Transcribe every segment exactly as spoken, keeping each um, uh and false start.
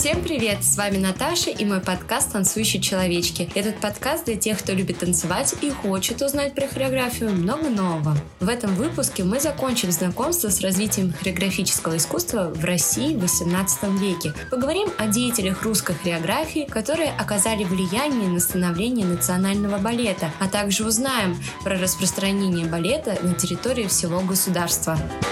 Всем привет! С вами Наташа и мой подкаст «Танцующие человечки». Этот подкаст для тех, кто любит танцевать и хочет узнать про хореографию много нового. В этом выпуске мы закончим знакомство с развитием хореографического искусства в России в восемнадцатом веке. Поговорим о деятелях русской хореографии, которые оказали влияние на становление национального балета, а также узнаем про распространение балета на территории всего государства.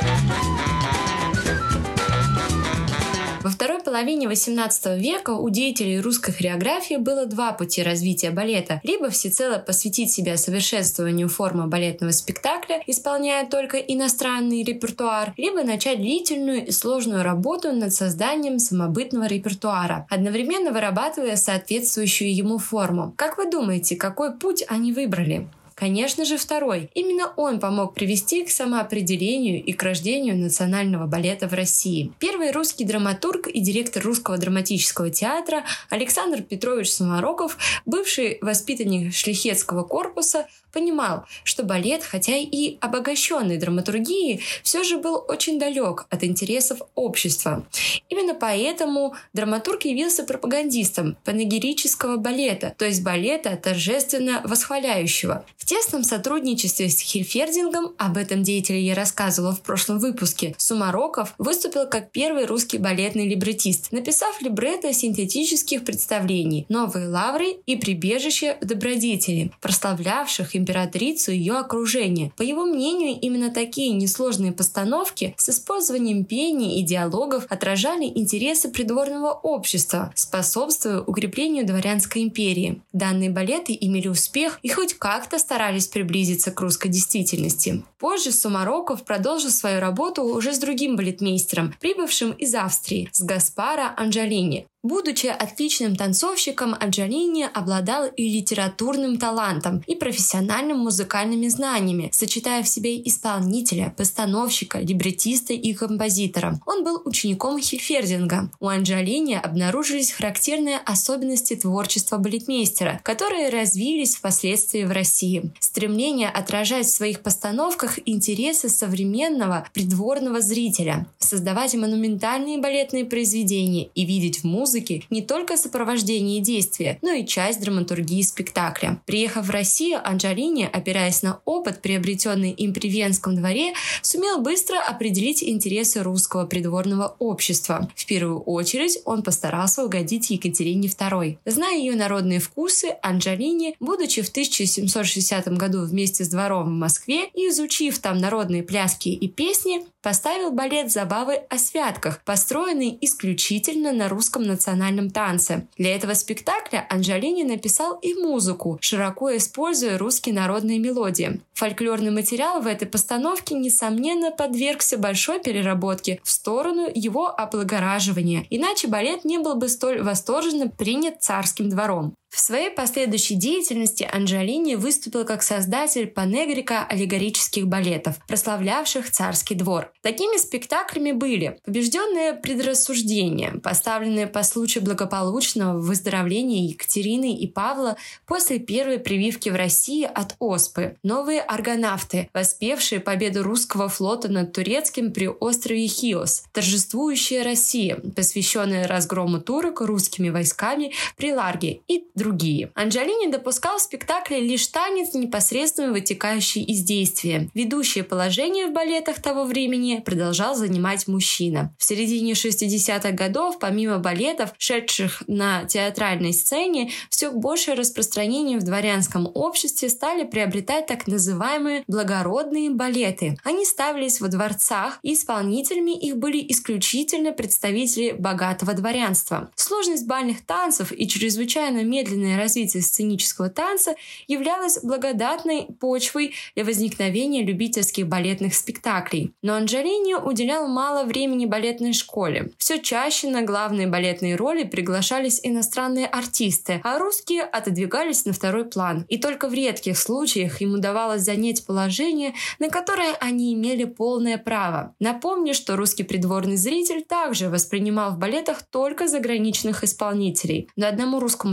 Во второй половине восемнадцатого века у деятелей русской хореографии было два пути развития балета. Либо всецело посвятить себя совершенствованию формы балетного спектакля, исполняя только иностранный репертуар, либо начать длительную и сложную работу над созданием самобытного репертуара, одновременно вырабатывая соответствующую ему форму. Как вы думаете, какой путь они выбрали? Конечно же, второй. Именно он помог привести к самоопределению и к рождению национального балета в России. Первый русский драматург и директор Русского драматического театра Александр Петрович Сумароков, бывший воспитанник шляхетского корпуса, понимал, что балет, хотя и обогащенный драматургией, все же был очень далек от интересов общества. Именно поэтому драматург явился пропагандистом панегирического балета, то есть балета торжественно восхваляющего. В тесном сотрудничестве с Хильфердингом, об этом деятеле я рассказывала в прошлом выпуске, Сумароков выступил как первый русский балетный либретист, написав либретто синтетических представлений «Новые лавры» и «Прибежище в добродетели», прославлявших императрицу и ее окружение. По его мнению, именно такие несложные постановки с использованием пения и диалогов отражали интересы придворного общества, способствуя укреплению дворянской империи. Данные балеты имели успех и хоть как-то старались приблизиться к русской действительности. Позже Сумароков продолжил свою работу уже с другим балетмейстером, прибывшим из Австрии, с Гаспаро Анджолини. Будучи отличным танцовщиком, Анджолини обладал и литературным талантом, и профессиональными музыкальными знаниями, сочетая в себе исполнителя, постановщика, либретиста и композитора. Он был учеником Хильфердинга. У Анджолини обнаружились характерные особенности творчества балетмейстера, которые развились впоследствии в России. Стремление отражать в своих постановках интересы современного придворного зрителя, создавать монументальные балетные произведения и видеть в музыке не только сопровождение действия, но и часть драматургии спектакля. Приехав в Россию, Анджолини, опираясь на опыт, приобретенный им при Венском дворе, сумел быстро определить интересы русского придворного общества. В первую очередь он постарался угодить Екатерине второй. Зная ее народные вкусы, Анджолини, будучи в тысяча семьсот шестидесятом году вместе с двором в Москве и изучив там народные пляски и песни, поставил балет «Забавы о святках», построенный исключительно на русском национальном танце. Для этого спектакля Анджолини написал и музыку, широко используя русские народные мелодии. Фольклорный материал в этой постановке, несомненно, подвергся большой переработке в сторону его облагораживания, иначе балет не был бы столь восторженно принят царским двором. В своей последующей деятельности Анджолини выступил как создатель панегрика аллегорических балетов, прославлявших царский двор. Такими спектаклями были «Побежденное предрассуждение», поставленное по случаю благополучного выздоровления Екатерины и Павла после первой прививки в России от оспы, «Новые аргонавты», воспевшие победу русского флота над турецким при острове Хиос, «Торжествующая Россия», посвященная разгрому турок русскими войсками при Ларге и другие. Анджолини допускал в спектакле лишь танец, непосредственно вытекающий из действия. Ведущее положение в балетах того времени продолжал занимать мужчина. В середине шестидесятых годов, помимо балетов, шедших на театральной сцене, все большее распространение в дворянском обществе стали приобретать так называемые благородные балеты. Они ставились во дворцах, и исполнителями их были исключительно представители богатого дворянства. Сложность бальных танцев и чрезвычайно медленная Медленное развитие сценического танца являлось благодатной почвой для возникновения любительских балетных спектаклей. Но Анджолини уделял мало времени балетной школе. Все чаще на главные балетные роли приглашались иностранные артисты, а русские отодвигались на второй план. И только в редких случаях им удавалось занять положение, на которое они имели полное право. Напомню, что русский придворный зритель также воспринимал в балетах только заграничных исполнителей. Но одному русскому танцовщику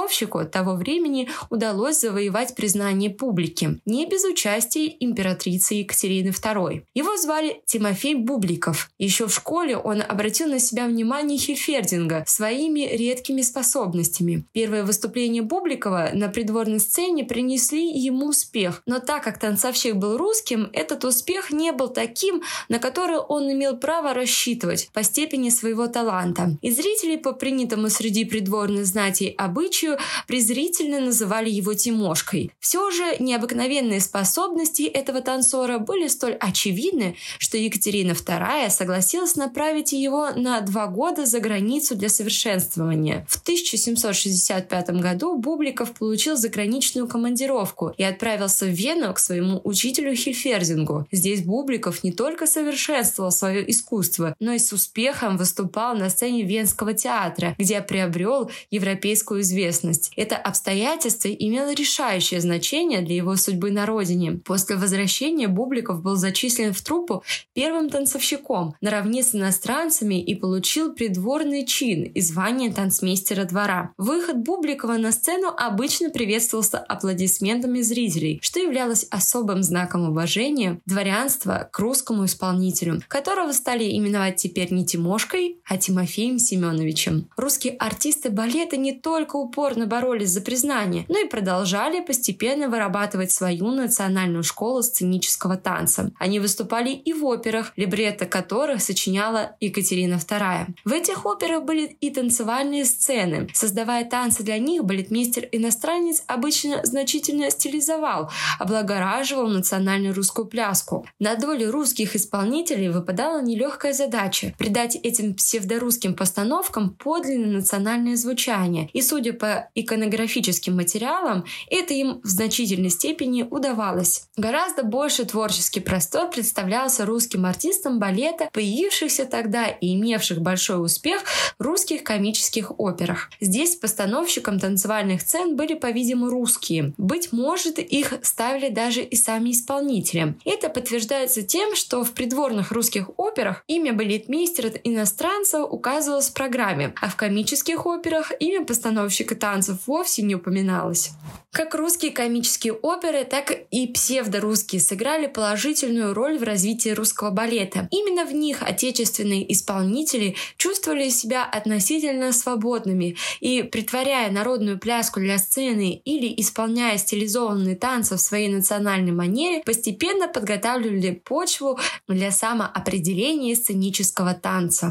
танцовщику того времени удалось завоевать признание публики, не без участия императрицы Екатерины второй. Его звали Тимофей Бубликов. Еще в школе он обратил на себя внимание Хильфердинга своими редкими способностями. Первые выступления Бубликова на придворной сцене принесли ему успех, но так как танцовщик был русским, этот успех не был таким, на который он имел право рассчитывать по степени своего таланта. И зрители по принятому среди придворной знати обычаю презрительно называли его Тимошкой. Все же необыкновенные способности этого танцора были столь очевидны, что Екатерина вторая согласилась направить его на два года за границу для совершенствования. В тысяча семьсот шестьдесят пятом году Бубликов получил заграничную командировку и отправился в Вену к своему учителю Хильфердингу. Здесь Бубликов не только совершенствовал свое искусство, но и с успехом выступал на сцене Венского театра, где приобрел европейскую известность. Это обстоятельство имело решающее значение для его судьбы на родине. После возвращения Бубликов был зачислен в труппу первым танцовщиком наравне с иностранцами и получил придворный чин и звание танцмейстера двора. Выход Бубликова на сцену обычно приветствовался аплодисментами зрителей, что являлось особым знаком уважения дворянства к русскому исполнителю, которого стали именовать теперь не Тимошкой, а Тимофеем Семеновичем. Русские артисты балета не только упорно боролись за признание, но и продолжали постепенно вырабатывать свою национальную школу сценического танца. Они выступали и в операх, либретто которых сочиняла Екатерина вторая. В этих операх были и танцевальные сцены. Создавая танцы для них, балетмейстер-иностранец обычно значительно стилизовал, облагораживал национальную русскую пляску. На долю русских исполнителей выпадала нелегкая задача — придать этим псевдорусским постановкам подлинное национальное звучание. И, судя по иконографическим материалам, это им в значительной степени удавалось. Гораздо больше творческий простор представлялся русским артистам балета, появившихся тогда и имевших большой успех в русских комических операх. Здесь постановщиком танцевальных сцен были, по-видимому, русские. Быть может, их ставили даже и сами исполнители. Это подтверждается тем, что в придворных русских операх имя балетмейстера иностранца указывалось в программе, а в комических операх имя постановщика танцев вовсе не упоминалось. Как русские комические оперы, так и псевдорусские сыграли положительную роль в развитии русского балета. Именно в них отечественные исполнители чувствовали себя относительно свободными и, притворяя народную пляску для сцены или исполняя стилизованные танцы в своей национальной манере, постепенно подготавливали почву для самоопределения сценического танца.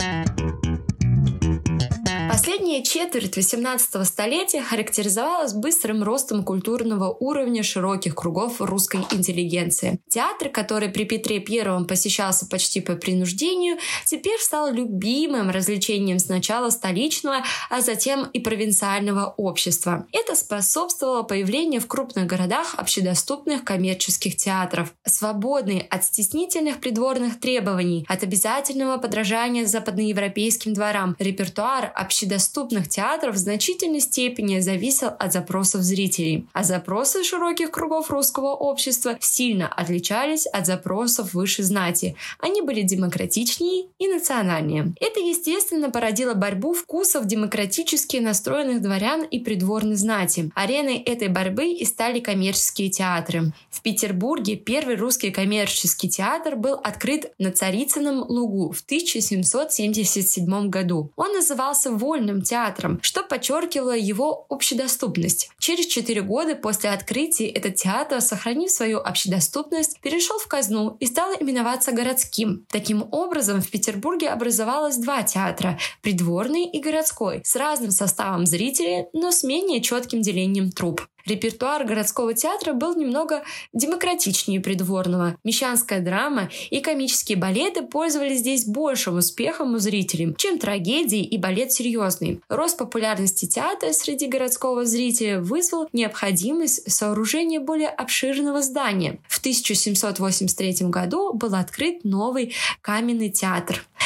Последняя четверть восемнадцатого столетия характеризовалась быстрым ростом культурного уровня широких кругов русской интеллигенции. Театр, который при Петре Первом посещался почти по принуждению, теперь стал любимым развлечением сначала столичного, а затем и провинциального общества. Это способствовало появлению в крупных городах общедоступных коммерческих театров, свободный от стеснительных придворных требований, от обязательного подражания западноевропейским дворам. Репертуар общедоступных театров в значительной степени зависел от запросов зрителей, а запросы широких кругов русского общества сильно отличались от запросов высшей знати. Они были демократичнее и национальнее. Это, естественно, породило борьбу вкусов демократически настроенных дворян и придворной знати. Ареной этой борьбы и стали коммерческие театры. В Петербурге первый русский коммерческий театр был открыт на Царицыном лугу в тысяча семьсот семьдесят седьмом году. Он назывался «Вольным театром», что подчеркивало его общедоступность. Через четыре года после открытия этот театр, сохранив свою общедоступность, перешел в казну и стал именоваться городским. Таким образом, в Петербурге образовалось два театра – придворный и городской, с разным составом зрителей, но с менее четким делением труп. Репертуар городского театра был немного демократичнее придворного. Мещанская драма и комические балеты пользовались здесь большим успехом у зрителей, чем трагедии и балет серьезный. Рост популярности театра среди городского зрителя вызвал необходимость сооружения более обширного здания. В тысяча семьсот восемьдесят третьем году был открыт новый каменный театр.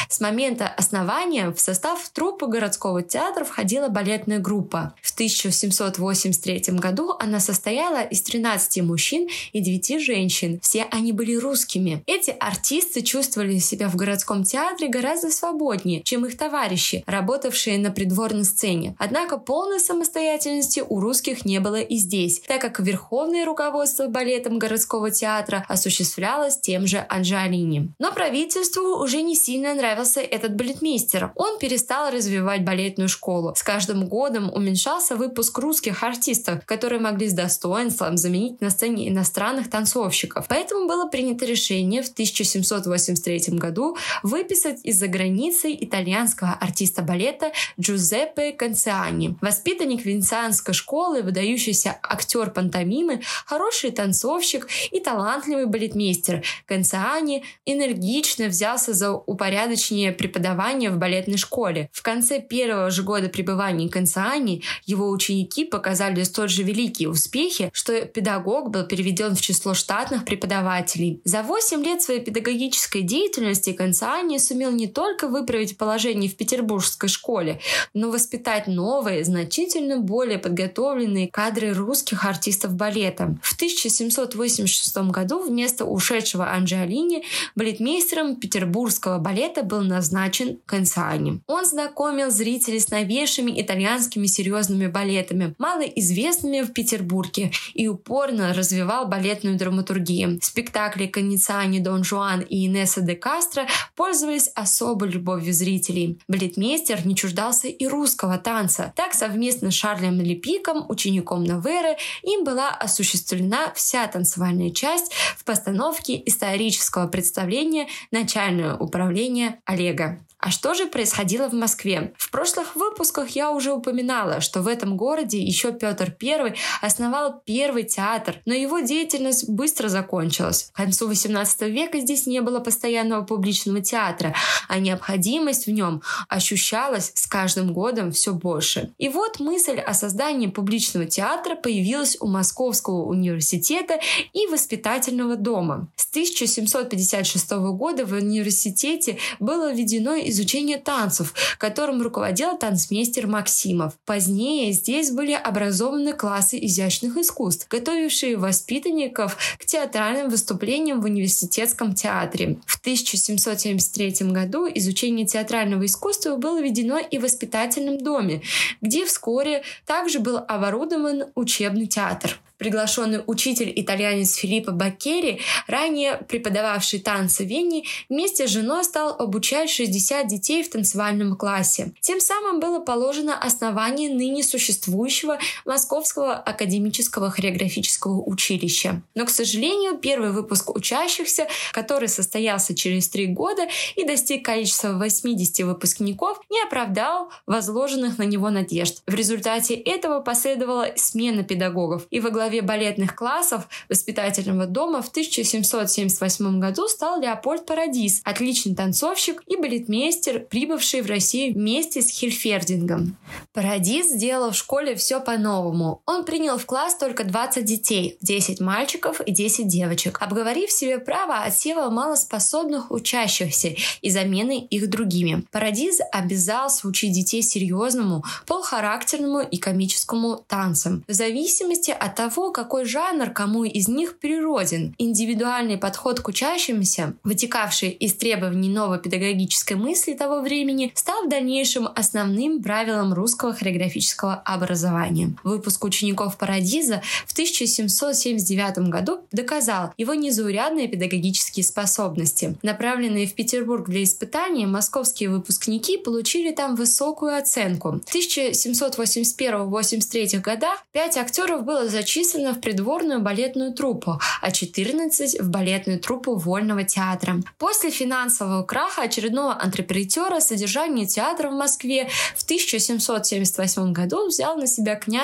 С момента основания в состав труппы городского театра входила балетная группа. В тысяча семьсот восемьдесят третьем году она состояла из тринадцати мужчин и девяти женщин. Все они были русскими. Эти артисты чувствовали себя в городском театре гораздо свободнее, чем их товарищи, работавшие на придворной сцене. Однако полной самостоятельности у русских не было и здесь, так как верховное руководство балетом городского театра осуществлялось тем же Анджиолини. Но правительству уже не сильно нравился этот балетмейстер. Он перестал развивать балетную школу. С каждым годом уменьшался выпуск русских артистов, которые могли с достоинством заменить на сцене иностранных танцовщиков. Поэтому было принято решение в тысяча семьсот восемьдесят третьем году выписать из-за границы итальянского артиста балета Джузеппе Конциани. Воспитанник венецианской школы, выдающийся актер пантомимы, хороший танцовщик и талантливый балетмейстер, Конциани энергично взялся за упорядочение преподавания в балетной школе. В конце первого же года пребывания Конциани его ученики показали столь же великие успехи, что педагог был переведен в число штатных преподавателей. За восемь лет своей педагогической деятельности Конциани сумел не только выправить положение в петербургской школе, но воспитать новые, значительно более подготовленные кадры русских артистов балета. В тысяча семьсот восемьдесят шестом году вместо ушедшего Анджиолини балетмейстером петербургского балета был назначен Конциани. Он знакомил зрителей с новейшими итальянскими серьезными балетами, малоизвестными в Петербурге, и упорно развивал балетную драматургию. Спектакли Конциани «Дон Жуан» и «Инесса де Кастро» пользовались особой любовью зрителей. Балетмейстер не чуждался и русского танца. Так, совместно с Шарлем Лепиком, учеником Наверы, им была осуществлена вся танцевальная часть в постановке исторического представления «Начальное управление Олега». А что же происходило в Москве? В прошлых выпусках я уже упоминала, что в этом городе еще Петр Первый основал первый театр, но его деятельность быстро закончилась. К концу восемнадцатого века здесь не было постоянного публичного театра, а необходимость в нем ощущалась с каждым годом все больше. И вот мысль о создании публичного театра появилась у Московского университета и воспитательного дома. С тысяча семьсот пятьдесят шестого года в университете было введено изучение танцев, которым руководил танцмейстер Максимов. Позднее здесь были образованы классы изящных искусств, готовившие воспитанников к театральным выступлениям в университетском театре. В тысяча семьсот семьдесят третьем году изучение театрального искусства было введено и в воспитательном доме, где вскоре также был оборудован учебный театр. Приглашенный учитель-итальянец Филиппо Баккери, ранее преподававший танцы в Вене, вместе с женой стал обучать шестьдесят детей в танцевальном классе. Тем самым было положено основание ныне существующего Московского академического хореографического училища. Но, к сожалению, первый выпуск учащихся, который состоялся через три года и достиг количества восьмидесяти выпускников, не оправдал возложенных на него надежд. В результате этого последовала смена педагогов, и во главе балетных классов воспитательного дома в тысяча семьсот семьдесят восьмом году стал Леопольд Парадис, отличный танцовщик и балетмейстер, прибывший в Россию вместе с Хильфердингом. Парадис сделал в школе все по-новому. Он принял в класс только двадцать детей, десять мальчиков и десять девочек, обговорив себе право отсева малоспособных учащихся и замены их другими. Парадис обязался учить детей серьезному, полхарактерному и комическому танцам, в зависимости от того, какой жанр кому из них природен. Индивидуальный подход к учащимся, вытекавший из требований новой педагогической мысли того времени, стал в дальнейшем основным правилом русского хореографического образования. Выпуск учеников Парадиза в тысяча семьсот семьдесят девятом году доказал его незаурядные педагогические способности. Направленные в Петербург для испытания, московские выпускники получили там высокую оценку. В тысяча семьсот восемьдесят первом — восемьдесят третьем годах пять актеров было зачислено в придворную балетную труппу, а четырнадцать в балетную труппу Вольного театра. После финансового краха очередного антрепренера содержание театра в Москве в тысяча семьсот семьдесят восьмом году взял на себя князь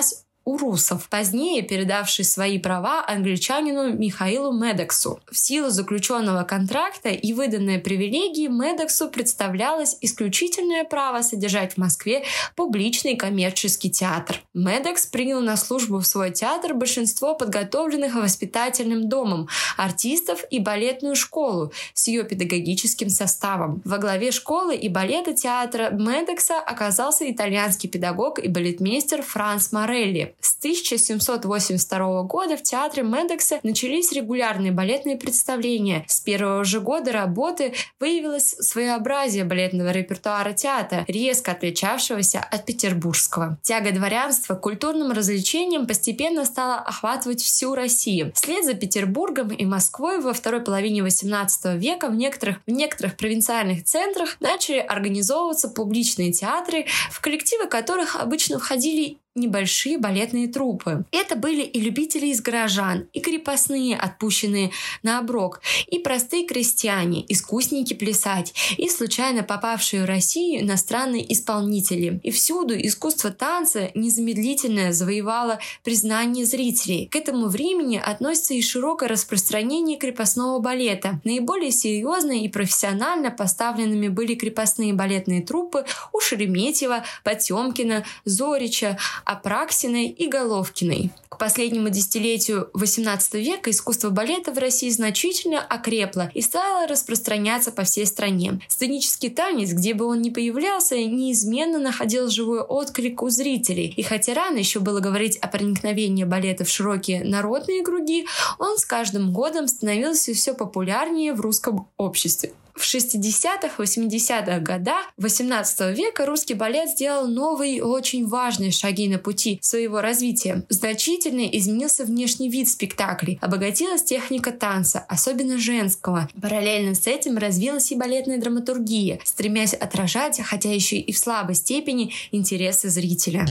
Урусов, позднее передавший свои права англичанину Михаилу Медексу. В силу заключенного контракта и выданной привилегии Медексу представлялось исключительное право содержать в Москве публичный коммерческий театр. Медекс принял на службу в свой театр большинство подготовленных воспитательным домом артистов и балетную школу с ее педагогическим составом. Во главе школы и балета театра Медекса оказался итальянский педагог и балетмейстер Франц Морелли. С тысяча семьсот восемьдесят второго года в театре Медекса начались регулярные балетные представления. С первого же года работы выявилось своеобразие балетного репертуара театра, резко отличавшегося от петербургского. Тяга дворянства к культурным развлечениям постепенно стала охватывать всю Россию. Вслед за Петербургом и Москвой во второй половине восемнадцатого века в некоторых, в некоторых провинциальных центрах начали организовываться публичные театры, в коллективы которых обычно входили небольшие балетные труппы. Это были и любители из горожан, и крепостные, отпущенные на оброк, и простые крестьяне, искусники плясать, и случайно попавшие в Россию иностранные исполнители. И всюду искусство танца незамедлительно завоевало признание зрителей. К этому времени относится и широкое распространение крепостного балета. Наиболее серьезно и профессионально поставленными были крепостные балетные труппы у Шереметьева, Потемкина, Зорича, Апраксиной и Головкиной. К последнему десятилетию восемнадцатого века искусство балета в России значительно окрепло и стало распространяться по всей стране. Сценический танец, где бы он ни появлялся, неизменно находил живой отклик у зрителей. И хотя рано еще было говорить о проникновении балета в широкие народные круги, он с каждым годом становился все популярнее в русском обществе. В шестидесятых-восьмидесятых годах восемнадцатого века русский балет сделал новые и очень важные шаги на пути своего развития. Значительно изменился внешний вид спектаклей, обогатилась техника танца, особенно женского. Параллельно с этим развилась и балетная драматургия, стремясь отражать, хотя еще и в слабой степени, интересы зрителя.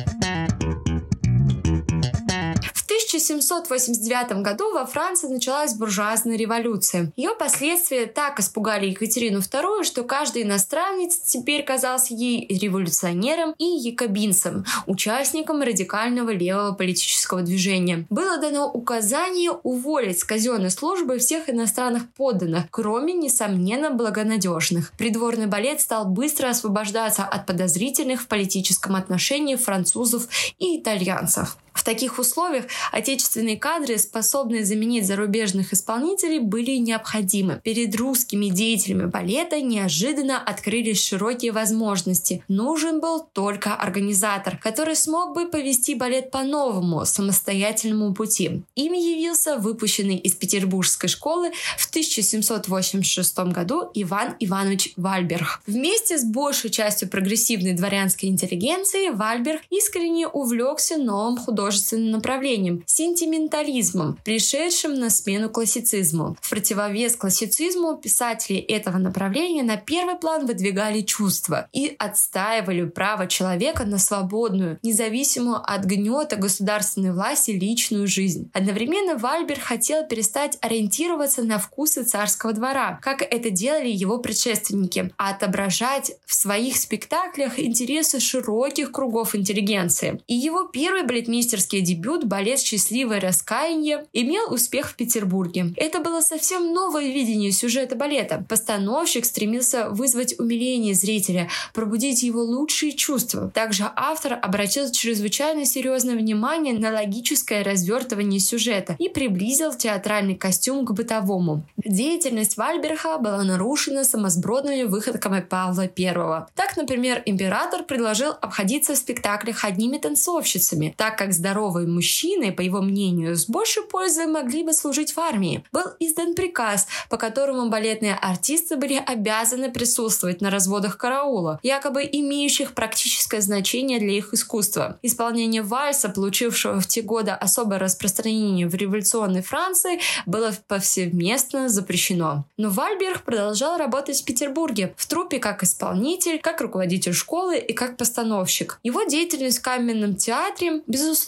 В тысяча семьсот восемьдесят девятом году во Франции началась буржуазная революция. Ее последствия так испугали Екатерину вторую, что каждый иностранец теперь казался ей революционером и якобинцем, участником радикального левого политического движения. Было дано указание уволить с казенной службы всех иностранных подданных, кроме, несомненно, благонадежных. Придворный балет стал быстро освобождаться от подозрительных в политическом отношении французов и итальянцев. В таких условиях отечественные кадры, способные заменить зарубежных исполнителей, были необходимы. Перед русскими деятелями балета неожиданно открылись широкие возможности. Нужен был только организатор, который смог бы повести балет по новому, самостоятельному пути. Им явился выпущенный из петербургской школы в тысяча семьсот восемьдесят шестом году Иван Иванович Вальберг. Вместе с большей частью прогрессивной дворянской интеллигенции Вальберг искренне увлекся новым художественным направлением – сентиментализмом, пришедшим на смену классицизму. В противовес классицизму писатели этого направления на первый план выдвигали чувства и отстаивали право человека на свободную, независимую от гнета государственной власти личную жизнь. Одновременно Вальберг хотел перестать ориентироваться на вкусы царского двора, как это делали его предшественники, а отображать в своих спектаклях интересы широких кругов интеллигенции. И его первый балетмейстер дебют, балет «Счастливое раскаяние», имел успех в Петербурге. Это было совсем новое видение сюжета балета. Постановщик стремился вызвать умиление зрителя, пробудить его лучшие чувства. Также автор обратил чрезвычайно серьезное внимание на логическое развертывание сюжета и приблизил театральный костюм к бытовому. Деятельность Вальберга была нарушена сумасбродными выходками Павла Первого. Так, например, император предложил обходиться в спектаклях одними танцовщицами, так как здоровые мужчины, по его мнению, с большей пользой могли бы служить в армии. Был издан приказ, по которому балетные артисты были обязаны присутствовать на разводах караула, якобы имеющих практическое значение для их искусства. Исполнение вальса, получившего в те годы особое распространение в революционной Франции, было повсеместно запрещено. Но Вальберг продолжал работать в Петербурге, в труппе как исполнитель, как руководитель школы и как постановщик. Его деятельность в камерном театре, безусловно,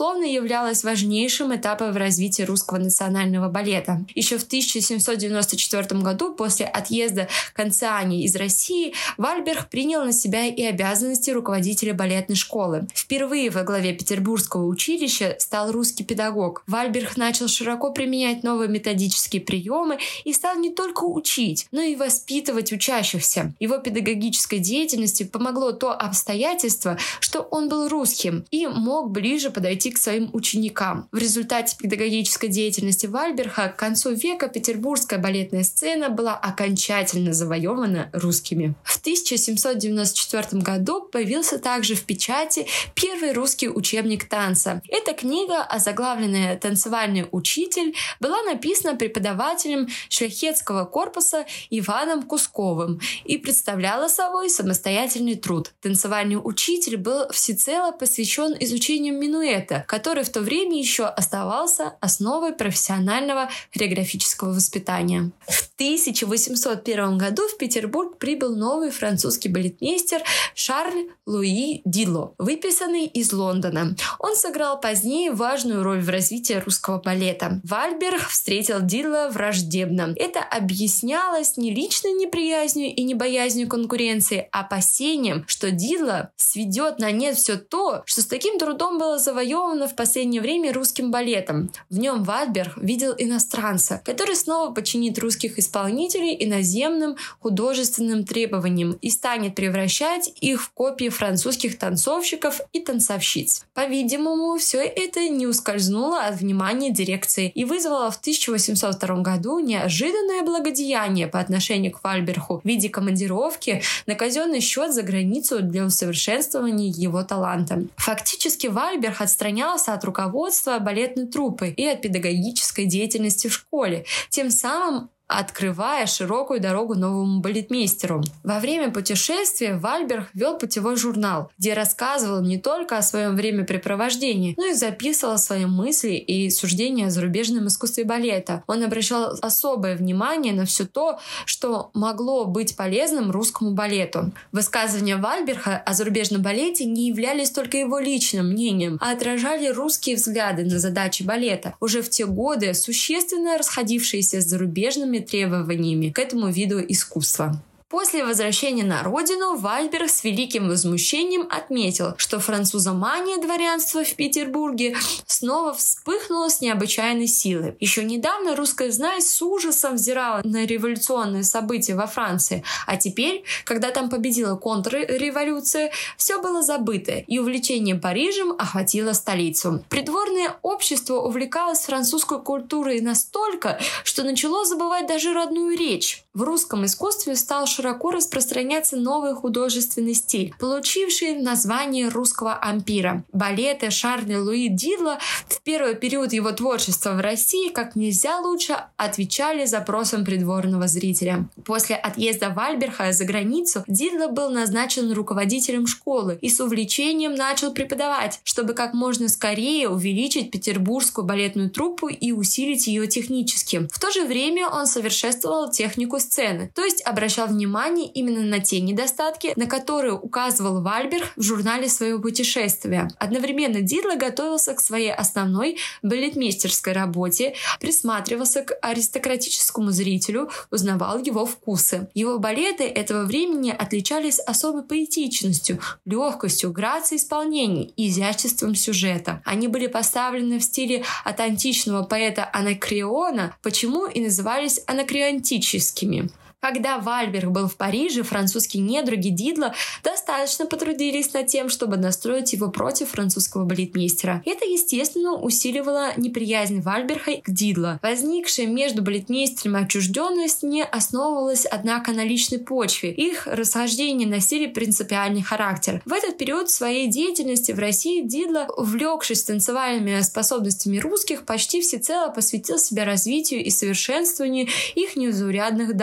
безусловно, являлась важнейшим этапом в развитии русского национального балета. Еще в тысяча семьсот девяносто четвёртом году, после отъезда Конциани из России, Вальберг принял на себя и обязанности руководителя балетной школы. Впервые во главе Петербургского училища стал русский педагог. Вальберг начал широко применять новые методические приемы и стал не только учить, но и воспитывать учащихся. Его педагогической деятельности помогло то обстоятельство, что он был русским и мог ближе подойти к своим ученикам. В результате педагогической деятельности Вальберга к концу века петербургская балетная сцена была окончательно завоевана русскими. В тысяча семьсот девяносто четвёртом году появился также в печати первый русский учебник танца. Эта книга, озаглавленная «Танцевальный учитель», была написана преподавателем шляхетского корпуса Иваном Кусковым и представляла собой самостоятельный труд. Танцевальный учитель был всецело посвящен изучению минуэта, который в то время еще оставался основой профессионального хореографического воспитания. В тысяча восемьсот первом году в Петербург прибыл новый французский балетмейстер Шарль Луи Дилло, выписанный из Лондона. Он сыграл позднее важную роль в развитии русского балета. Вальберг встретил Дилло враждебно. Это объяснялось не личной неприязнью и не боязнью конкуренции, а опасением, что Дилло сведет на нет все то, что с таким трудом было завоевано в последнее время русским балетом. В нем Вальберг видел иностранца, который снова подчинит русских исполнителей иноземным художественным требованиям и станет превращать их в копии французских танцовщиков и танцовщиц. По-видимому, все это не ускользнуло от внимания дирекции и вызвало в тысяча восемьсот втором году неожиданное благодеяние по отношению к Вальбергу в виде командировки на казенный счет за границу для усовершенствования его таланта. Фактически Вальберг отстранялся от руководства балетной труппы и от педагогической деятельности в школе, тем самым открывая широкую дорогу новому балетмейстеру. Во время путешествия Вальберг вел путевой журнал, где рассказывал не только о своем времяпрепровождении, но и записывал свои мысли и суждения о зарубежном искусстве балета. Он обращал особое внимание на все то, что могло быть полезным русскому балету. Высказывания Вальберга о зарубежном балете не являлись только его личным мнением, а отражали русские взгляды на задачи балета, уже в те годы существенно расходившиеся с зарубежными требованиями к этому виду искусства. После возвращения на родину Вальберг с великим возмущением отметил, что французомания дворянства в Петербурге снова вспыхнула с необычайной силой. Еще недавно русская знать с ужасом взирала на революционные события во Франции, а теперь, когда там победила контрреволюция, все было забыто, и увлечение Парижем охватило столицу. Придворное общество увлекалось французской культурой настолько, что начало забывать даже родную речь. В русском искусстве стал широко распространяться новый художественный стиль, получивший название русского ампира. Балеты Шарля Луи Дилло в первый период его творчества в России как нельзя лучше отвечали запросам придворного зрителя. После отъезда Вальберга за границу Дилло был назначен руководителем школы и с увлечением начал преподавать, чтобы как можно скорее увеличить петербургскую балетную труппу и усилить ее технически. В то же время он совершенствовал технику сцены, то есть обращал внимание именно на те недостатки, на которые указывал Вальберг в журнале своего путешествия. Одновременно Дилло готовился к своей основной балетмейстерской работе, присматривался к аристократическому зрителю, узнавал его вкусы. Его балеты этого времени отличались особой поэтичностью, легкостью, грацией исполнения и изяществом сюжета. Они были поставлены в стиле от античного поэта Анакреона, почему и назывались анакреонтическими. Когда Вальберг был в Париже, французские недруги Дилло достаточно потрудились над тем, чтобы настроить его против французского балетмейстера. Это, естественно, усиливало неприязнь Вальберга к Дилло. Возникшая между балетмейстером отчужденность не основывалась, однако, на личной почве. Их расхождения носили принципиальный характер. В этот период своей деятельности в России Дилло, увлекшись танцевальными способностями русских, почти всецело посвятил себя развитию и совершенствованию их незаурядных данных,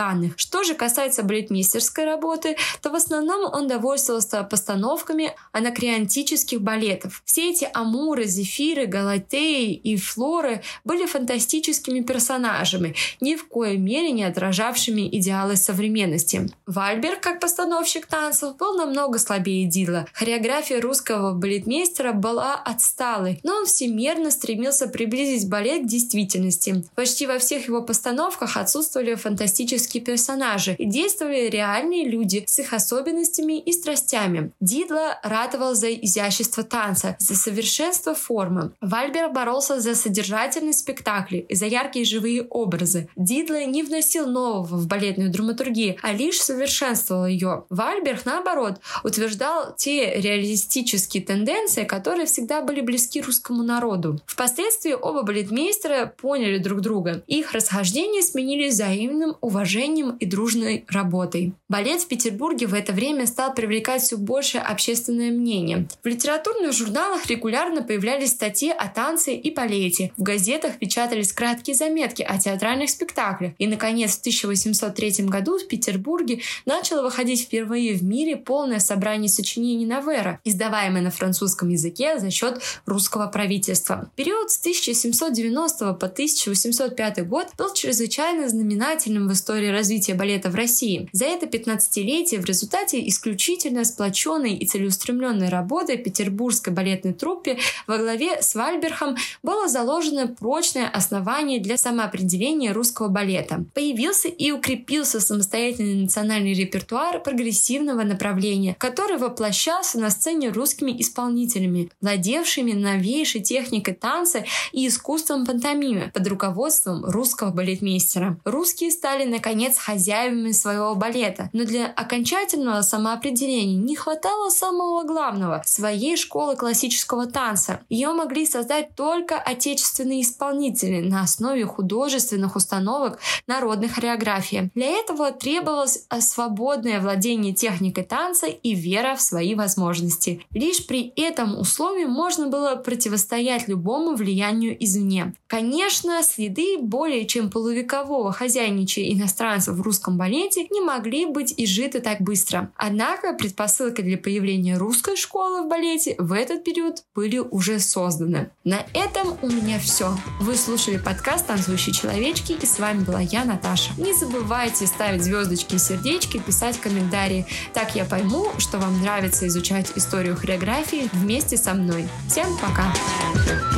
Что же касается балетмейстерской работы, то в основном он довольствовался постановками анакреонтических балетов. Все эти Амуры, Зефиры, Галатеи и Флоры были фантастическими персонажами, ни в коей мере не отражавшими идеалы современности. Вальберг, как постановщик танцев, был намного слабее Дидла. Хореография русского балетмейстера была отсталой, но он всемерно стремился приблизить балет к действительности. Почти во всех его постановках отсутствовали фантастические персонажи и действовали реальные люди с их особенностями и страстями. Дидла ратовал за изящество танца, за совершенство формы. Вальберг боролся за содержательность спектакля и за яркие живые образы. Дидла не вносил нового в балетную драматургию, а лишь совершенствовал ее. Вальберг, наоборот, утверждал те реалистические тенденции, которые всегда были близки русскому народу. Впоследствии оба балетмейстера поняли друг друга. Их расхождения сменились взаимным уважением и дружной работой. Балет в Петербурге в это время стал привлекать все большее общественное мнение. В литературных журналах регулярно появлялись статьи о танце и балете. В газетах печатались краткие заметки о театральных спектаклях. И, наконец, в тысяча восемьсот третьем году в Петербурге начало выходить впервые в мире полное собрание сочинений Навера, издаваемое на французском языке за счет русского правительства. Период с тысяча семьсот девяностого по тысяча восемьсот пятый год был чрезвычайно знаменательным в истории развития балета в России. За это пятнадцатилетие в результате исключительно сплоченной и целеустремленной работы петербургской балетной труппе во главе с Вальбергом было заложено прочное основание для самоопределения русского балета. Появился и укрепился самостоятельный национальный репертуар прогрессивного направления, который воплощался на сцене русскими исполнителями, владевшими новейшей техникой танца и искусством пантомимы под руководством русского балетмейстера. Русские стали, наконец, хозяевами своего балета, но для окончательного самоопределения не хватало самого главного — своей школы классического танца. Ее могли создать только отечественные исполнители на основе художественных установок народной хореографии. Для этого требовалось свободное владение техникой танца и вера в свои возможности. Лишь при этом условии можно было противостоять любому влиянию извне. Конечно, следы более чем полувекового хозяйничания иностранцев в русском балете не могли быть изжиты так быстро. Однако предпосылки для появления русской школы в балете в этот период были уже созданы. На этом у меня все. Вы слушали подкаст «Танцующие человечки», и с вами была я, Наташа. Не забывайте ставить звездочки и сердечки, писать комментарии. Так я пойму, что вам нравится изучать историю хореографии вместе со мной. Всем пока!